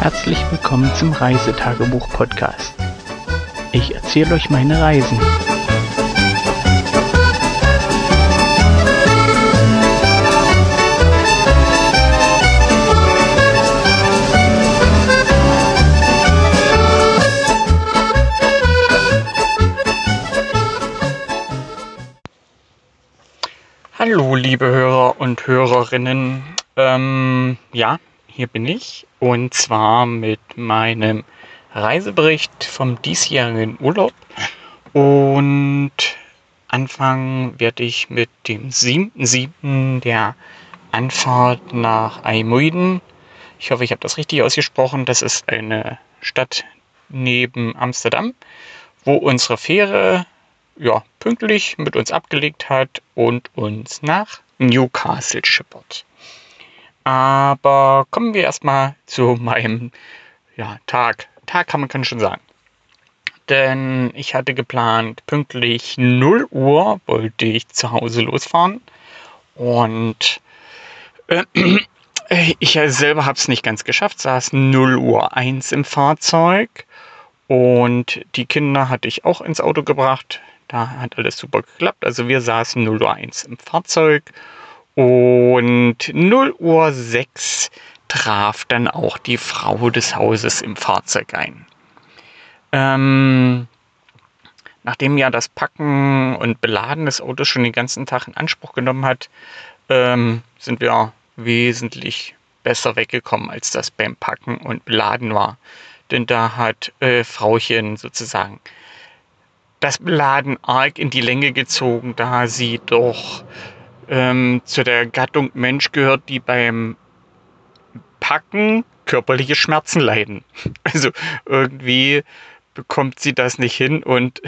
Herzlich willkommen zum Reisetagebuch-Podcast. Ich erzähle euch meine Reisen. Hallo liebe Hörer und Hörerinnen, hier bin ich und zwar mit meinem Reisebericht vom diesjährigen Urlaub und anfangen werde ich mit dem 7.7. der Anfahrt nach IJmuiden. Ich hoffe, ich habe das richtig ausgesprochen. Das ist eine Stadt neben Amsterdam, wo unsere Fähre pünktlich mit uns abgelegt hat und uns nach Newcastle schippert. Aber kommen wir erstmal zu meinem Tag. Tag kann man schon sagen. Denn ich hatte geplant, pünktlich 0 Uhr wollte ich zu Hause losfahren. Und ich selber habe es nicht ganz geschafft, saß 0 Uhr 1 im Fahrzeug. Und die Kinder hatte ich auch ins Auto gebracht. Da hat alles super geklappt. Also wir saßen 0 Uhr 1 im Fahrzeug. Und 0 Uhr 6 traf dann auch die Frau des Hauses im Fahrzeug ein. Nachdem ja das Packen und Beladen des Autos schon den ganzen Tag in Anspruch genommen hat, sind wir wesentlich besser weggekommen, als das beim Packen und Beladen war. Denn da hat Frauchen sozusagen das Beladen arg in die Länge gezogen, da sie doch zu der Gattung Mensch gehört, die beim Packen körperliche Schmerzen leiden. Also irgendwie bekommt sie das nicht hin und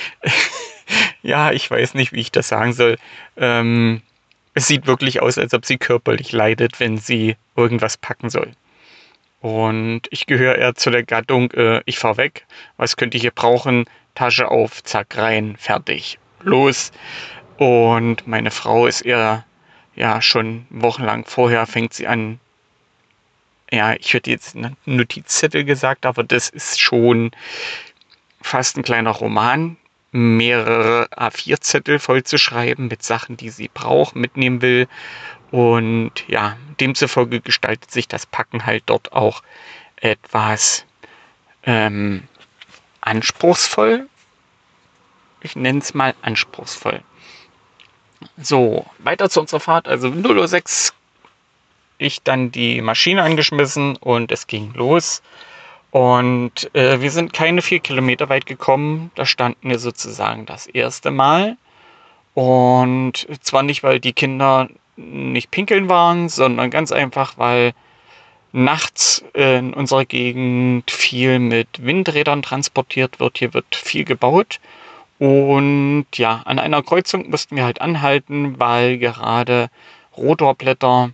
ich weiß nicht, wie ich das sagen soll. Es sieht wirklich aus, als ob sie körperlich leidet, wenn sie irgendwas packen soll. Und ich gehöre eher zu der Gattung, ich fahre weg, was könnte ich hier brauchen? Tasche auf, zack, rein, fertig, los. Und meine Frau ist eher, schon wochenlang vorher fängt sie an, ich hätte jetzt einen Notizzettel gesagt, aber das ist schon fast ein kleiner Roman, mehrere A4-Zettel voll zu schreiben mit Sachen, die sie braucht, mitnehmen will. Und demzufolge gestaltet sich das Packen halt dort auch etwas anspruchsvoll. Ich nenne es mal anspruchsvoll. So, weiter zu unserer Fahrt. Also 0:06 Uhr ich dann die Maschine angeschmissen und es ging los. Und wir sind keine 4 Kilometer weit gekommen. Da standen wir sozusagen das erste Mal. Und zwar nicht, weil die Kinder nicht pinkeln waren, sondern ganz einfach, weil nachts in unserer Gegend viel mit Windrädern transportiert wird. Hier wird viel gebaut. Und an einer Kreuzung mussten wir halt anhalten, weil gerade Rotorblätter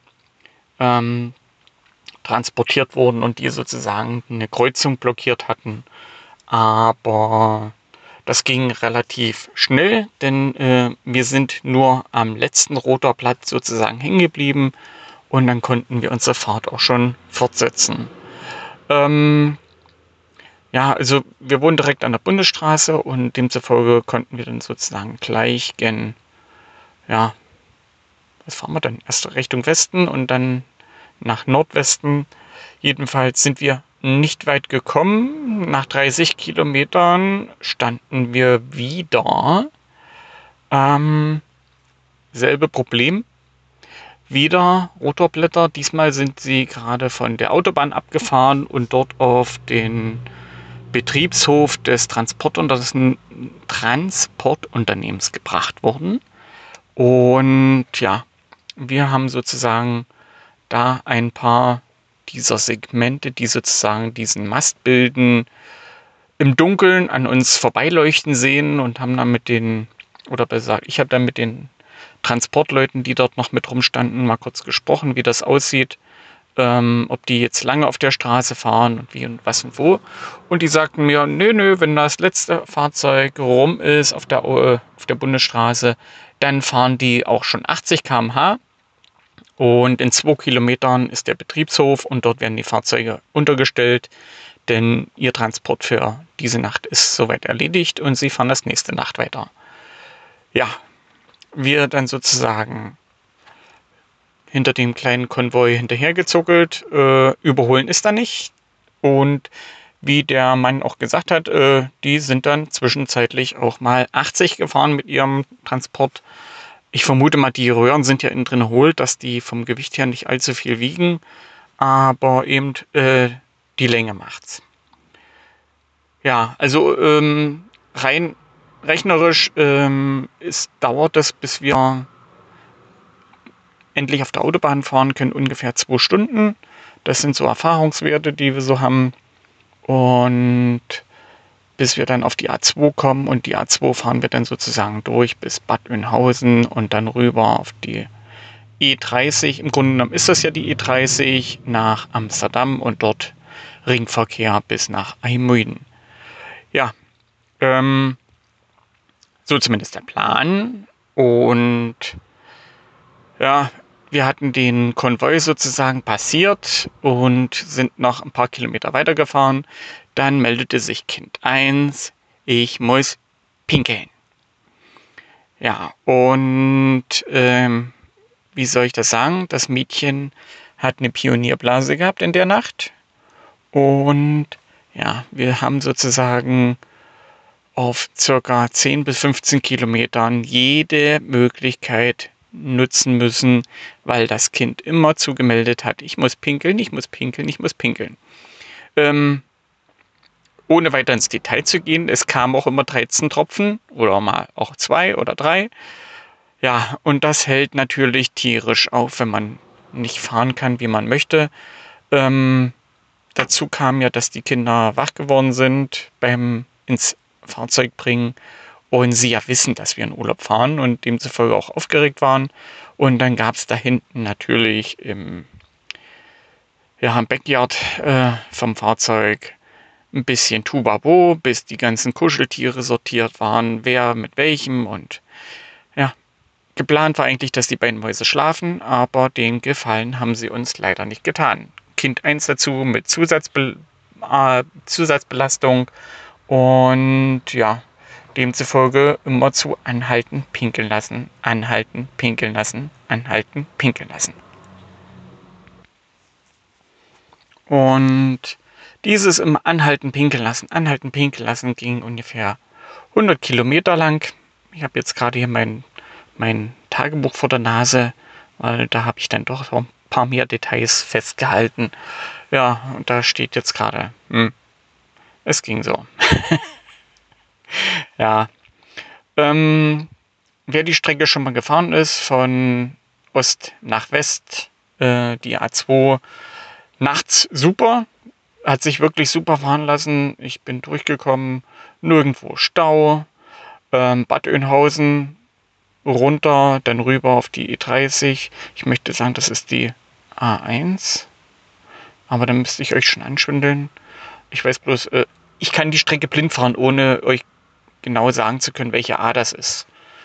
transportiert wurden und die sozusagen eine Kreuzung blockiert hatten. Aber das ging relativ schnell, denn wir sind nur am letzten Rotorblatt sozusagen hängen geblieben und dann konnten wir unsere Fahrt auch schon fortsetzen. Also wir wohnen direkt an der Bundesstraße und demzufolge konnten wir dann sozusagen gleich was fahren wir dann? Erst Richtung Westen und dann nach Nordwesten. Jedenfalls sind wir nicht weit gekommen. Nach 30 Kilometern standen wir wieder. Selbe Problem. Wieder Rotorblätter. Diesmal sind sie gerade von der Autobahn abgefahren und dort auf den Betriebshof des Transportunternehmens gebracht worden. Und wir haben sozusagen da ein paar dieser Segmente, die sozusagen diesen Mast bilden, im Dunkeln an uns vorbeileuchten sehen und haben dann ich habe dann mit den Transportleuten, die dort noch mit rumstanden, mal kurz gesprochen, wie das aussieht, ob die jetzt lange auf der Straße fahren und wie und was und wo. Und die sagten mir, nö, wenn das letzte Fahrzeug rum ist auf der Bundesstraße, dann fahren die auch schon 80 km/h. Und in 2 Kilometern ist der Betriebshof und dort werden die Fahrzeuge untergestellt, denn ihr Transport für diese Nacht ist soweit erledigt und sie fahren das nächste Nacht weiter. Ja, wir dann sozusagen hinter dem kleinen Konvoi hinterhergezuckelt, überholen ist da nicht. Und wie der Mann auch gesagt hat, die sind dann zwischenzeitlich auch mal 80 gefahren mit ihrem Transport. Ich vermute mal, die Röhren sind ja innen drin hohl, dass die vom Gewicht her nicht allzu viel wiegen, aber eben die Länge macht's. Ja, also rein rechnerisch dauert es, bis wir endlich auf der Autobahn fahren können, ungefähr 2 Stunden. Das sind so Erfahrungswerte, die wir so haben. Und bis wir dann auf die A2 kommen und die A2 fahren wir dann sozusagen durch bis Bad Oeynhausen und dann rüber auf die E30. Im Grunde genommen ist das ja die E30 nach Amsterdam und dort Ringverkehr bis nach IJmuiden. Ja, so zumindest der Plan. Und ja, wir hatten den Konvoi sozusagen passiert und sind noch ein paar Kilometer weitergefahren. Dann meldete sich Kind 1, ich muss pinkeln. Ja, und wie soll ich das sagen? Das Mädchen hat eine Pionierblase gehabt in der Nacht. Und ja, wir haben sozusagen auf circa 10 bis 15 Kilometern jede Möglichkeit nutzen müssen, weil das Kind immer zugemeldet hat, ich muss pinkeln, ich muss pinkeln, ich muss pinkeln. Ohne weiter ins Detail zu gehen, es kamen auch immer 13 Tropfen oder mal auch 2 oder 3. Ja, und das hält natürlich tierisch auf, wenn man nicht fahren kann, wie man möchte. Dazu kam ja, dass die Kinder wach geworden sind beim ins Fahrzeug bringen und sie ja wissen, dass wir in Urlaub fahren und demzufolge auch aufgeregt waren. Und dann gab es da hinten natürlich im Backyard vom Fahrzeug ein bisschen Tubabo, bis die ganzen Kuscheltiere sortiert waren, wer mit welchem. Und ja, geplant war eigentlich, dass die beiden Mäuse schlafen, aber den Gefallen haben sie uns leider nicht getan. Kind 1 dazu mit Zusatzbelastung und ja, demzufolge immer zu anhalten, pinkeln lassen, anhalten, pinkeln lassen, anhalten, pinkeln lassen. Und dieses im Anhalten, pinkeln lassen ging ungefähr 100 Kilometer lang. Ich habe jetzt gerade hier mein Tagebuch vor der Nase, weil da habe ich dann doch ein paar mehr Details festgehalten. Ja, und da steht jetzt gerade, es ging so. Ja, wer die Strecke schon mal gefahren ist, von Ost nach West, die A2, nachts super, hat sich wirklich super fahren lassen. Ich bin durchgekommen, nirgendwo Stau, Bad Oeynhausen runter, dann rüber auf die E30. Ich möchte sagen, das ist die A1, aber dann müsste ich euch schon anschwindeln. Ich weiß bloß, ich kann die Strecke blind fahren, ohne euch genau sagen zu können, welche A das ist.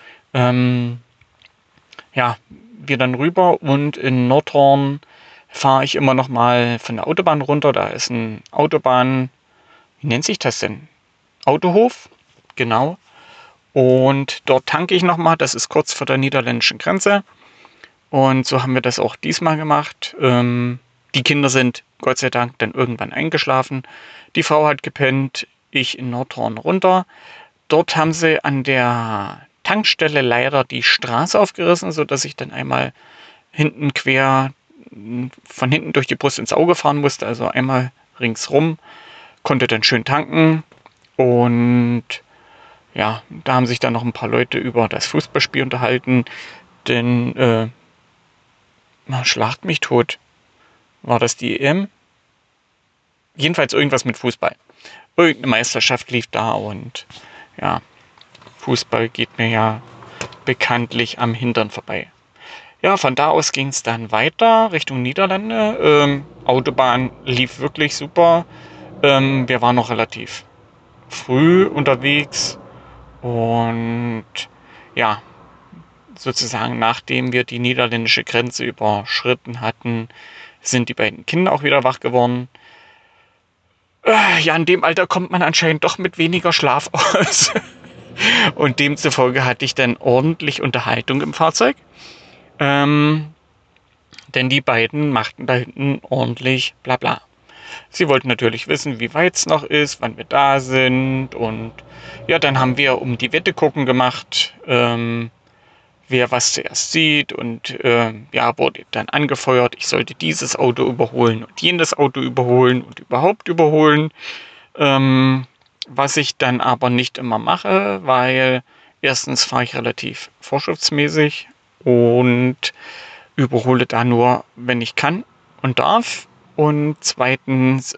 Ja, wir dann rüber und in Nordhorn fahre ich immer noch mal von der Autobahn runter. Da ist ein Autobahn, wie nennt sich das denn? Autohof, genau. Und dort tanke ich noch mal. Das ist kurz vor der niederländischen Grenze. Und so haben wir das auch diesmal gemacht. Die Kinder sind Gott sei Dank dann irgendwann eingeschlafen. Die Frau hat gepennt, ich in Nordhorn runter. Dort haben sie an der Tankstelle leider die Straße aufgerissen, sodass ich dann einmal hinten quer von hinten durch die Brust ins Auge fahren musste, also einmal ringsrum, konnte dann schön tanken und ja, da haben sich dann noch ein paar Leute über das Fußballspiel unterhalten, denn schlagt mich tot. War das die EM? Jedenfalls irgendwas mit Fußball. Irgendeine Meisterschaft lief da und ja, Fußball geht mir ja bekanntlich am Hintern vorbei. Ja, von da aus ging es dann weiter Richtung Niederlande. Autobahn lief wirklich super. Wir waren noch relativ früh unterwegs und ja, sozusagen nachdem wir die niederländische Grenze überschritten hatten, sind die beiden Kinder auch wieder wach geworden. Ja, in dem Alter kommt man anscheinend doch mit weniger Schlaf aus. Und demzufolge hatte ich dann ordentlich Unterhaltung im Fahrzeug. Denn die beiden machten da hinten ordentlich Blabla. Sie wollten natürlich wissen, wie weit es noch ist, wann wir da sind. Und ja, dann haben wir um die Wette gucken gemacht, wer was zuerst sieht. Und ja, wurde dann angefeuert, ich sollte dieses Auto überholen und jenes Auto überholen und überhaupt überholen. Was ich dann aber nicht immer mache, weil erstens fahre ich relativ vorschriftsmäßig und überhole da nur, wenn ich kann und darf. Und zweitens,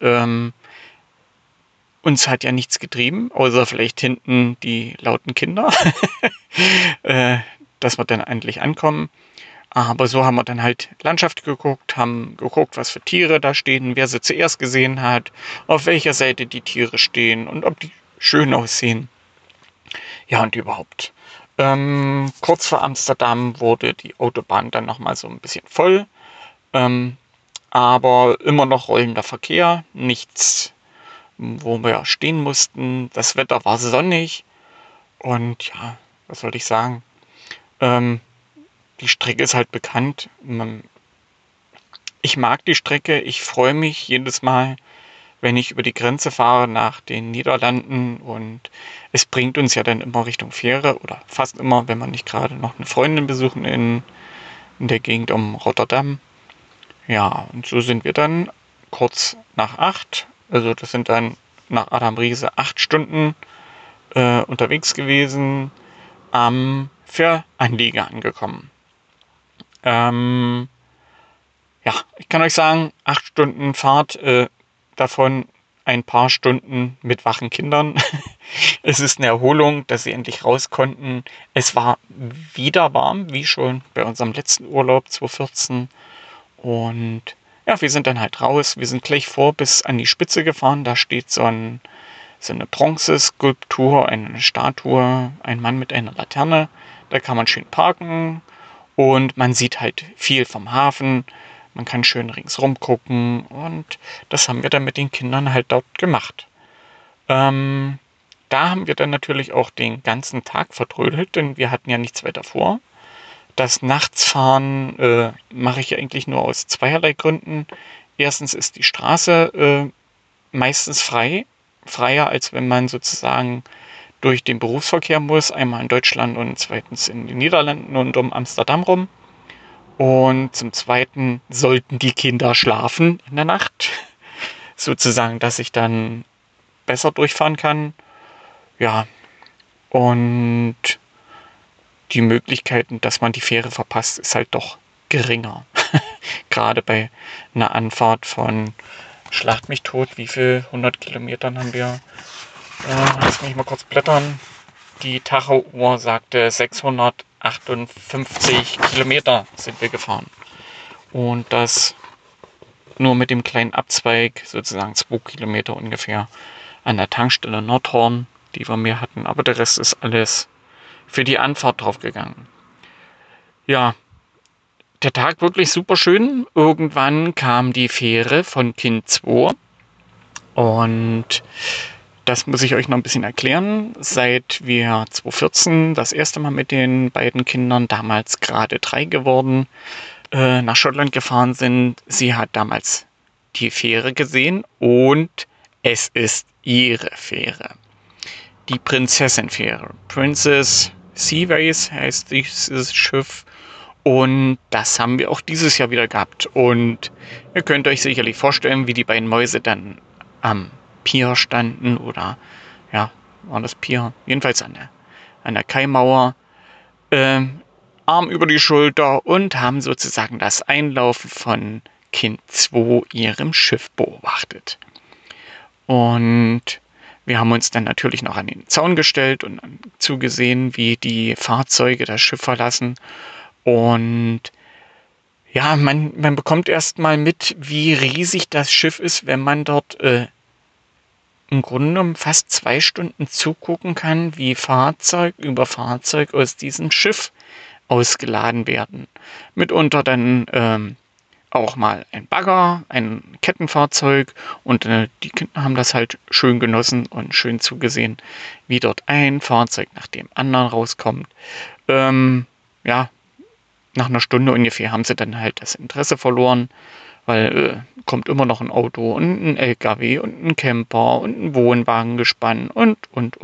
uns hat ja nichts getrieben, außer vielleicht hinten die lauten Kinder, dass wir dann endlich ankommen. Aber so haben wir dann halt Landschaft geguckt, haben geguckt, was für Tiere da stehen, wer sie zuerst gesehen hat, auf welcher Seite die Tiere stehen und ob die schön aussehen. Ja, und überhaupt. Kurz vor Amsterdam wurde die Autobahn dann nochmal so ein bisschen voll. Aber immer noch rollender Verkehr, nichts, wo wir stehen mussten. Das Wetter war sonnig und ja, was soll ich sagen? Die Strecke ist halt bekannt. Ich mag die Strecke, ich freue mich jedes Mal, wenn ich über die Grenze fahre nach den Niederlanden und es bringt uns ja dann immer Richtung Fähre oder fast immer, wenn wir nicht gerade noch eine Freundin besuchen in der Gegend um Rotterdam. Ja, und so sind wir dann kurz nach 8, also das sind dann nach Adam Riese 8 Stunden unterwegs gewesen, am Fähranleger angekommen. Ja, ich kann euch sagen, 8 Stunden Fahrt, davon ein paar Stunden mit wachen Kindern. Es ist eine Erholung, dass sie endlich raus konnten. Es war wieder warm, wie schon bei unserem letzten Urlaub 2014. Und ja, wir sind dann halt raus. Wir sind gleich bis an die Spitze gefahren. Da steht so eine Bronzeskulptur, eine Statue, ein Mann mit einer Laterne. Da kann man schön parken und man sieht halt viel vom Hafen. Man kann schön ringsrum gucken und das haben wir dann mit den Kindern halt dort gemacht. Da haben wir dann natürlich auch den ganzen Tag vertrödelt, denn wir hatten ja nichts weiter vor. Das Nachtsfahren mache ich eigentlich nur aus zweierlei Gründen. Erstens ist die Straße meistens freier, als wenn man sozusagen durch den Berufsverkehr muss, einmal in Deutschland und zweitens in den Niederlanden und um Amsterdam rum. Und zum Zweiten sollten die Kinder schlafen in der Nacht, sozusagen, dass ich dann besser durchfahren kann. Ja, und die Möglichkeiten, dass man die Fähre verpasst, ist halt doch geringer. Gerade bei einer Anfahrt von, schlag mich tot, wie viel 100 Kilometern haben wir? Lass mich mal kurz blättern. Die Tacho-Uhr sagte 658 Kilometer sind wir gefahren. Und das nur mit dem kleinen Abzweig, sozusagen 2 Kilometer ungefähr, an der Tankstelle Nordhorn, die wir mehr hatten. Aber der Rest ist alles für die Anfahrt draufgegangen. Ja, der Tag wirklich super schön. Irgendwann kam die Fähre von Kind 2 und das muss ich euch noch ein bisschen erklären. Seit wir 2014 das erste Mal mit den beiden Kindern, damals gerade 3 geworden, nach Schottland gefahren sind. Sie hat damals die Fähre gesehen und es ist ihre Fähre. Die Prinzessin-Fähre. Princess Seaways heißt dieses Schiff. Und das haben wir auch dieses Jahr wieder gehabt. Und ihr könnt euch sicherlich vorstellen, wie die beiden Mäuse dann am Pier standen. Oder, ja, war das Pier? Jedenfalls an der Kaimauer. Arm über die Schulter und haben sozusagen das Einlaufen von Kind 2 ihrem Schiff beobachtet. Und wir haben uns dann natürlich noch an den Zaun gestellt und zugesehen, wie die Fahrzeuge das Schiff verlassen. Und ja, man bekommt erstmal mit, wie riesig das Schiff ist, wenn man dort im Grunde genommen fast 2 Stunden zugucken kann, wie Fahrzeug über Fahrzeug aus diesem Schiff ausgeladen werden. Mitunter dann auch mal ein Bagger, ein Kettenfahrzeug und die Kinder haben das halt schön genossen und schön zugesehen, wie dort ein Fahrzeug nach dem anderen rauskommt. Ja, nach einer Stunde ungefähr haben sie dann halt das Interesse verloren, weil kommt immer noch ein Auto und ein LKW und ein Camper und ein Wohnwagengespann und.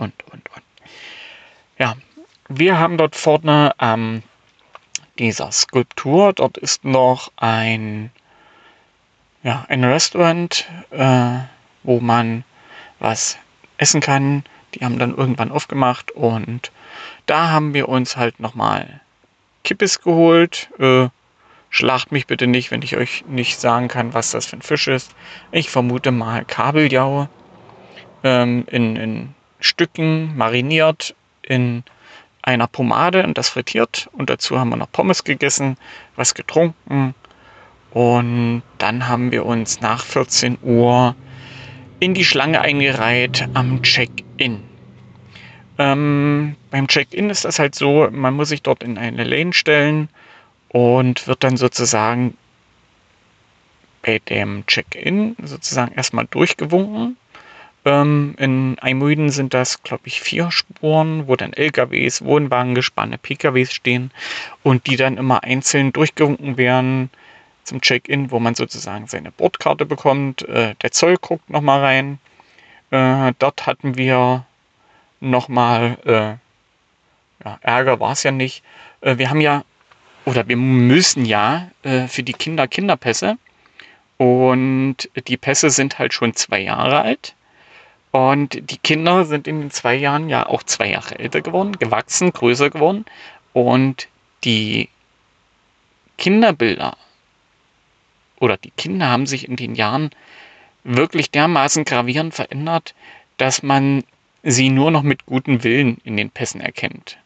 Ja, wir haben dort vorne dieser Skulptur, dort ist noch ein Restaurant, wo man was essen kann. Die haben dann irgendwann aufgemacht und da haben wir uns halt nochmal Kippis geholt. Schlacht mich bitte nicht, wenn ich euch nicht sagen kann, was das für ein Fisch ist. Ich vermute mal Kabeljau in Stücken mariniert in einer Pomade und das frittiert. Und dazu haben wir noch Pommes gegessen, was getrunken. Und dann haben wir uns nach 14 Uhr in die Schlange eingereiht am Check-in. Beim Check-in ist das halt so, man muss sich dort in eine Lane stellen und wird dann sozusagen bei dem Check-in sozusagen erstmal durchgewunken. In Almüden sind das, glaube ich, 4 Spuren, wo dann LKWs, Wohnwagengespanne, PKWs stehen und die dann immer einzeln durchgewunken werden zum Check-in, wo man sozusagen seine Bordkarte bekommt. Der Zoll guckt nochmal rein. Dort hatten wir nochmal, Ärger war es ja nicht. Wir müssen für die Kinder Kinderpässe. Und die Pässe sind halt schon 2 Jahre alt. Und die Kinder sind in den 2 Jahren ja auch 2 Jahre älter geworden, gewachsen, größer geworden. Und die Kinderbilder oder die Kinder haben sich in den Jahren wirklich dermaßen gravierend verändert, dass man sie nur noch mit gutem Willen in den Pässen erkennt.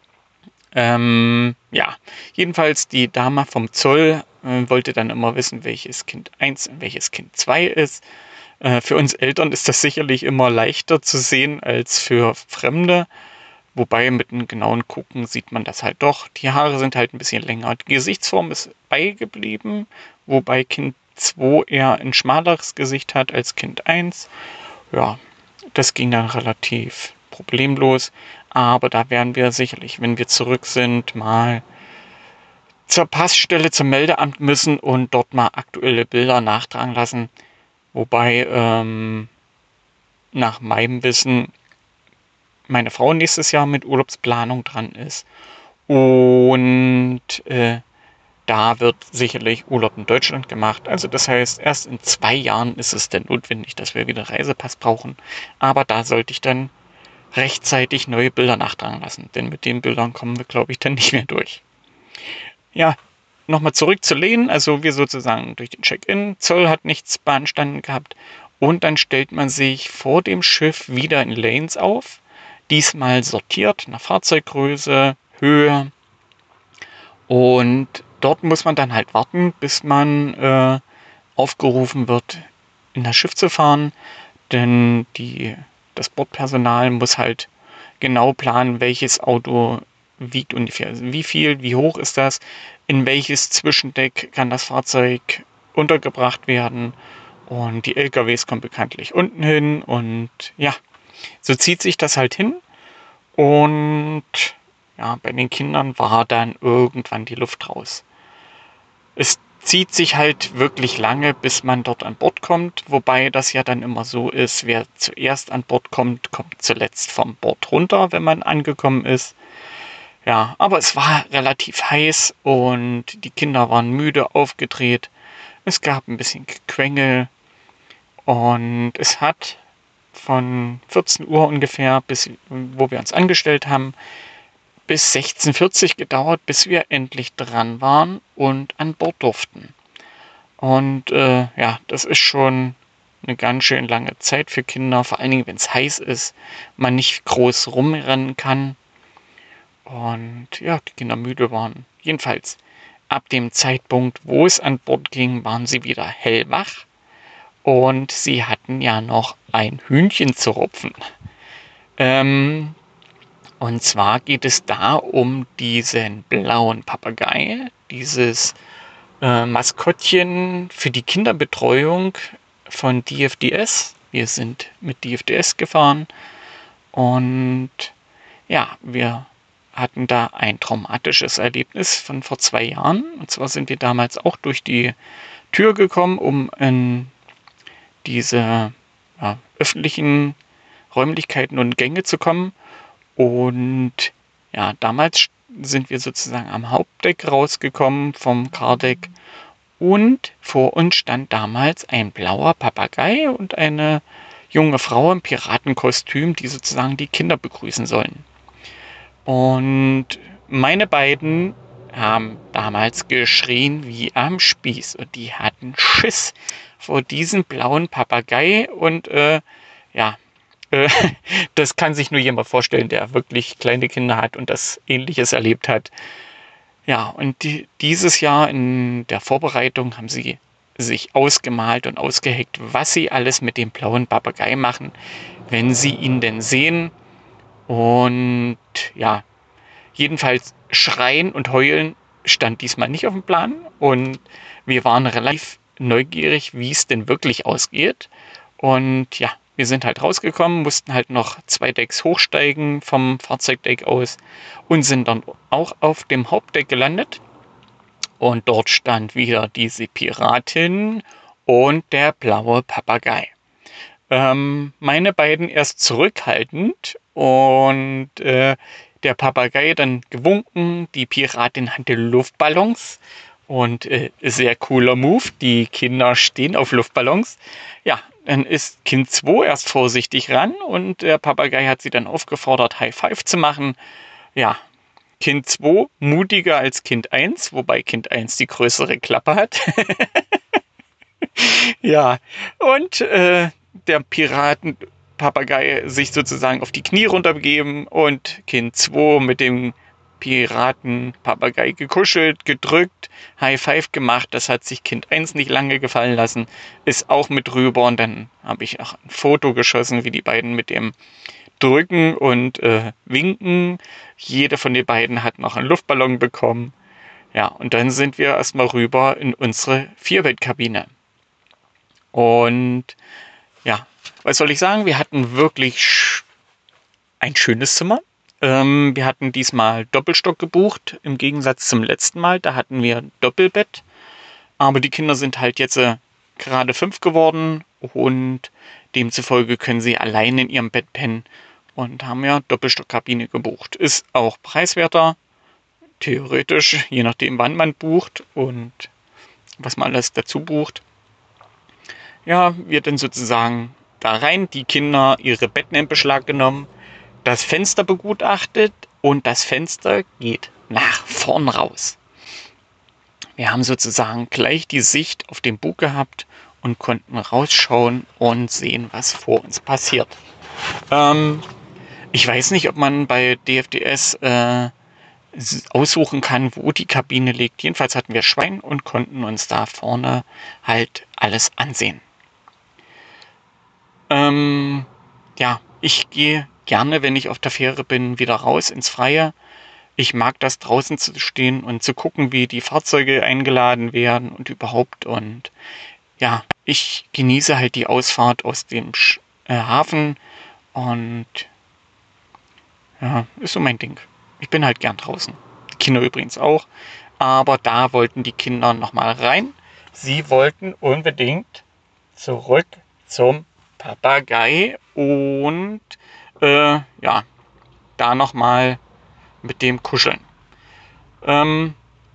Jedenfalls die Dame vom Zoll wollte dann immer wissen, welches Kind 1 und welches Kind 2 ist. Für uns Eltern ist das sicherlich immer leichter zu sehen als für Fremde. Wobei mit einem genauen Gucken sieht man das halt doch. Die Haare sind halt ein bisschen länger. Die Gesichtsform ist beigeblieben, wobei Kind 2 eher ein schmaleres Gesicht hat als Kind 1. Ja, das ging dann relativ problemlos. Aber da werden wir sicherlich, wenn wir zurück sind, mal zur Passstelle, zum Meldeamt müssen und dort mal aktuelle Bilder nachtragen lassen. Wobei nach meinem Wissen meine Frau nächstes Jahr mit Urlaubsplanung dran ist. Und da wird sicherlich Urlaub in Deutschland gemacht. Also das heißt, erst in 2 Jahren ist es dann notwendig, dass wir wieder Reisepass brauchen. Aber da sollte ich dann rechtzeitig neue Bilder nachtragen lassen. Denn mit den Bildern kommen wir, glaube ich, dann nicht mehr durch. Ja, nochmal zurück zu Lehnen. Also wir sozusagen durch den Check-in. Zoll hat nichts beanstanden gehabt. Und dann stellt man sich vor dem Schiff wieder in Lanes auf. Diesmal sortiert nach Fahrzeuggröße, Höhe. Und dort muss man dann halt warten, bis man aufgerufen wird, in das Schiff zu fahren. Denn das Bordpersonal muss halt genau planen, welches Auto wiegt ungefähr, also wie viel, wie hoch ist das, in welches Zwischendeck kann das Fahrzeug untergebracht werden. Und die LKWs kommen bekanntlich unten hin und ja, so zieht sich das halt hin. Und ja, bei den Kindern war dann irgendwann die Luft raus. Es zieht sich halt wirklich lange, bis man dort an Bord kommt, wobei das ja dann immer so ist, wer zuerst an Bord kommt, kommt zuletzt vom Bord runter, wenn man angekommen ist. Ja, aber es war relativ heiß und die Kinder waren müde, aufgedreht. Es gab ein bisschen Gequengel und es hat von 14 Uhr ungefähr, bis wo wir uns angestellt haben, bis 16:40 gedauert, bis wir endlich dran waren und an Bord durften. Und das ist schon eine ganz schön lange Zeit für Kinder, vor allen Dingen, wenn es heiß ist, man nicht groß rumrennen kann. Und ja, die Kinder müde waren. Jedenfalls, ab dem Zeitpunkt, wo es an Bord ging, waren sie wieder hellwach. Und sie hatten ja noch ein Hühnchen zu rupfen. Und zwar geht es da um diesen blauen Papagei, dieses Maskottchen für die Kinderbetreuung von DFDS. Wir sind mit DFDS gefahren und ja, wir hatten da ein traumatisches Erlebnis von vor 2 Jahren. Und zwar sind wir damals auch durch die Tür gekommen, um in diese öffentlichen Räumlichkeiten und Gänge zu kommen. Und ja, damals sind wir sozusagen am Hauptdeck rausgekommen vom Cardeck und vor uns stand damals ein blauer Papagei und eine junge Frau im Piratenkostüm, die sozusagen die Kinder begrüßen sollen. Und meine beiden haben damals geschrien wie am Spieß und die hatten Schiss vor diesem blauen Papagei und das kann sich nur jemand vorstellen, der wirklich kleine Kinder hat und das Ähnliches erlebt hat. Ja, und dieses Jahr in der Vorbereitung haben sie sich ausgemalt und ausgeheckt, was sie alles mit dem blauen Papagei machen, wenn sie ihn denn sehen. Und ja, jedenfalls schreien und heulen stand diesmal nicht auf dem Plan. Und wir waren relativ neugierig, wie es denn wirklich ausgeht. Und ja, wir sind halt rausgekommen, mussten halt noch 2 Decks hochsteigen vom Fahrzeugdeck aus und sind dann auch auf dem Hauptdeck gelandet. Und dort stand wieder diese Piratin und der blaue Papagei. Meine beiden erst zurückhaltend und der Papagei dann gewunken. Die Piratin hatte Luftballons und sehr cooler Move. Die Kinder stehen auf Luftballons. Ja, dann ist Kind 2 erst vorsichtig ran und der Papagei hat sie dann aufgefordert, High Five zu machen. Ja, Kind 2 mutiger als Kind 1, wobei Kind 1 die größere Klappe hat. Ja, und der Piratenpapagei sich sozusagen auf die Knie runterbegeben und Kind 2 mit dem Piratenpapagei gekuschelt, gedrückt, High Five gemacht. Das hat sich Kind 1 nicht lange gefallen lassen, ist auch mit rüber und dann habe ich auch ein Foto geschossen, wie die beiden mit dem Drücken und Winken. Jeder von den beiden hat noch einen Luftballon bekommen. Ja, und dann sind wir erstmal rüber in unsere Vierbettkabine. Und ja, was soll ich sagen? Wir hatten wirklich ein schönes Zimmer. Wir hatten diesmal Doppelstock gebucht, im Gegensatz zum letzten Mal. Da hatten wir Doppelbett. Aber die Kinder sind halt jetzt gerade 5 geworden und demzufolge können sie allein in ihrem Bett pennen und haben ja Doppelstockkabine gebucht. Ist auch preiswerter, theoretisch, je nachdem wann man bucht und was man alles dazu bucht. Ja, wird dann sozusagen da rein, die Kinder ihre Betten in Beschlag genommen, das Fenster begutachtet und das Fenster geht nach vorn raus. Wir haben sozusagen gleich die Sicht auf den Bug gehabt und konnten rausschauen und sehen, was vor uns passiert. Ich weiß nicht, ob man bei DFDS aussuchen kann, wo die Kabine liegt. Jedenfalls hatten wir Schwein und konnten uns da vorne halt alles ansehen. Ja, ich gehe gerne, wenn ich auf der Fähre bin, wieder raus ins Freie. Ich mag das, draußen zu stehen und zu gucken, wie die Fahrzeuge eingeladen werden und überhaupt. Und ja, ich genieße halt die Ausfahrt aus dem Hafen und ja, ist so mein Ding. Ich bin halt gern draußen. Die Kinder übrigens auch. Aber da wollten die Kinder nochmal rein. Sie wollten unbedingt zurück zum Papagei und ja, da nochmal mit dem kuscheln. Wir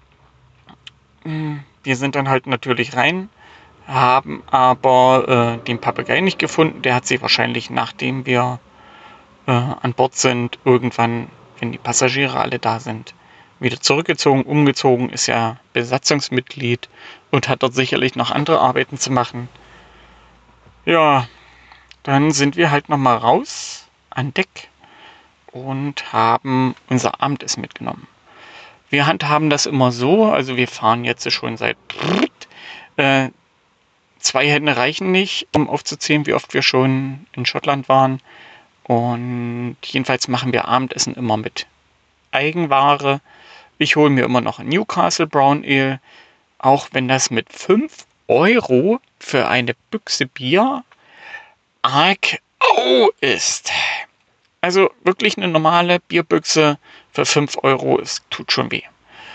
sind dann halt natürlich rein, haben aber den Papagei nicht gefunden. Der hat sich wahrscheinlich, nachdem wir an Bord sind, irgendwann, wenn die Passagiere alle da sind, wieder zurückgezogen, umgezogen, ist ja Besatzungsmitglied und hat dort sicherlich noch andere Arbeiten zu machen. Ja, dann sind wir halt nochmal raus an Deck und haben unser Abendessen mitgenommen. Wir handhaben das immer so, also wir fahren jetzt schon seit 2 Hände reichen nicht, um aufzuzählen, wie oft wir schon in Schottland waren. Und jedenfalls machen wir Abendessen immer mit Eigenware. Ich hole mir immer noch ein Newcastle Brown Ale, auch wenn das mit 5 Euro für eine Büchse Bier arg ist. Also wirklich eine normale Bierbüchse für 5 Euro, es tut schon weh.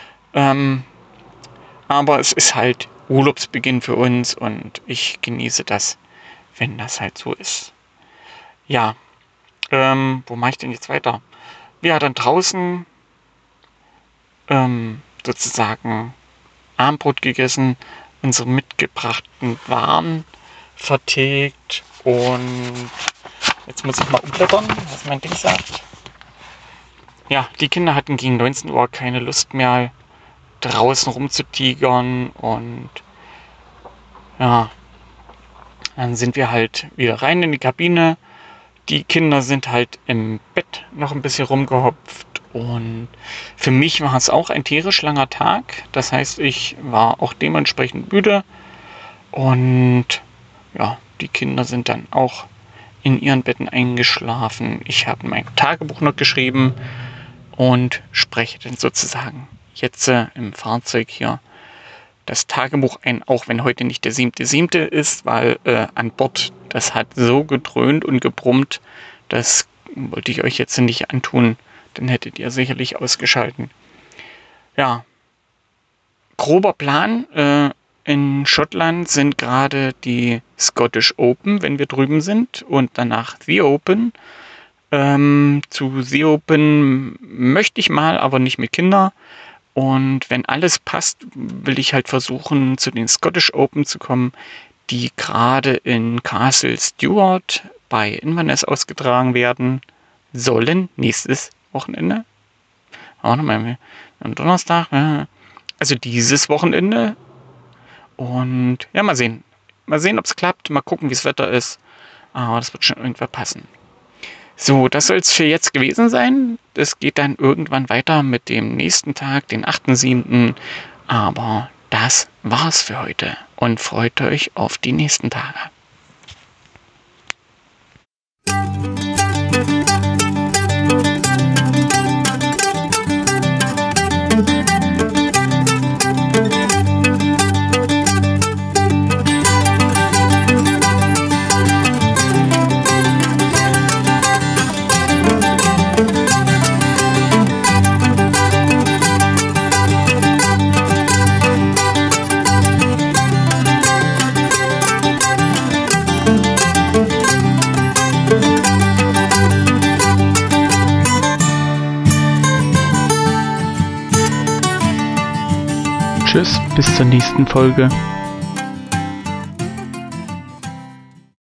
Aber es ist halt Urlaubsbeginn für uns und ich genieße das, wenn das halt so ist. Ja, wo mache ich denn jetzt weiter? Wir haben dann draußen sozusagen Abendbrot gegessen, unsere mitgebrachten Waren vertilgt und jetzt muss ich mal umblättern, was mein Ding sagt. Ja, die Kinder hatten gegen 19 Uhr keine Lust mehr, draußen rumzutigern und ja, dann sind wir halt wieder rein in die Kabine. Die Kinder sind halt im Bett noch ein bisschen rumgehopft und für mich war es auch ein tierisch langer Tag. Das heißt, ich war auch dementsprechend müde und ja, die Kinder sind dann auch in ihren Betten eingeschlafen. Ich habe mein Tagebuch noch geschrieben und spreche dann sozusagen jetzt im Fahrzeug hier das Tagebuch ein, auch wenn heute nicht der 7.7. ist, weil an Bord, das hat so gedröhnt und gebrummt, das wollte ich euch jetzt nicht antun, dann hättet ihr sicherlich ausgeschalten. Ja, grober Plan, in Schottland sind gerade die Scottish Open, wenn wir drüben sind, und danach The Open. Zu The Open möchte ich mal, aber nicht mit Kindern. Und wenn alles passt, will ich halt versuchen, zu den Scottish Open zu kommen, die gerade in Castle Stewart bei Inverness ausgetragen werden sollen, nächstes Wochenende. Auch nochmal am Donnerstag, also dieses Wochenende. Und ja, mal sehen. Mal sehen, ob es klappt. Mal gucken, wie das Wetter ist. Aber das wird schon irgendwann passen. So, das soll es für jetzt gewesen sein. Es geht dann irgendwann weiter mit dem nächsten Tag, den 8.7. Aber das war's für heute. Und freut euch auf die nächsten Tage. Tschüss, bis zur nächsten Folge.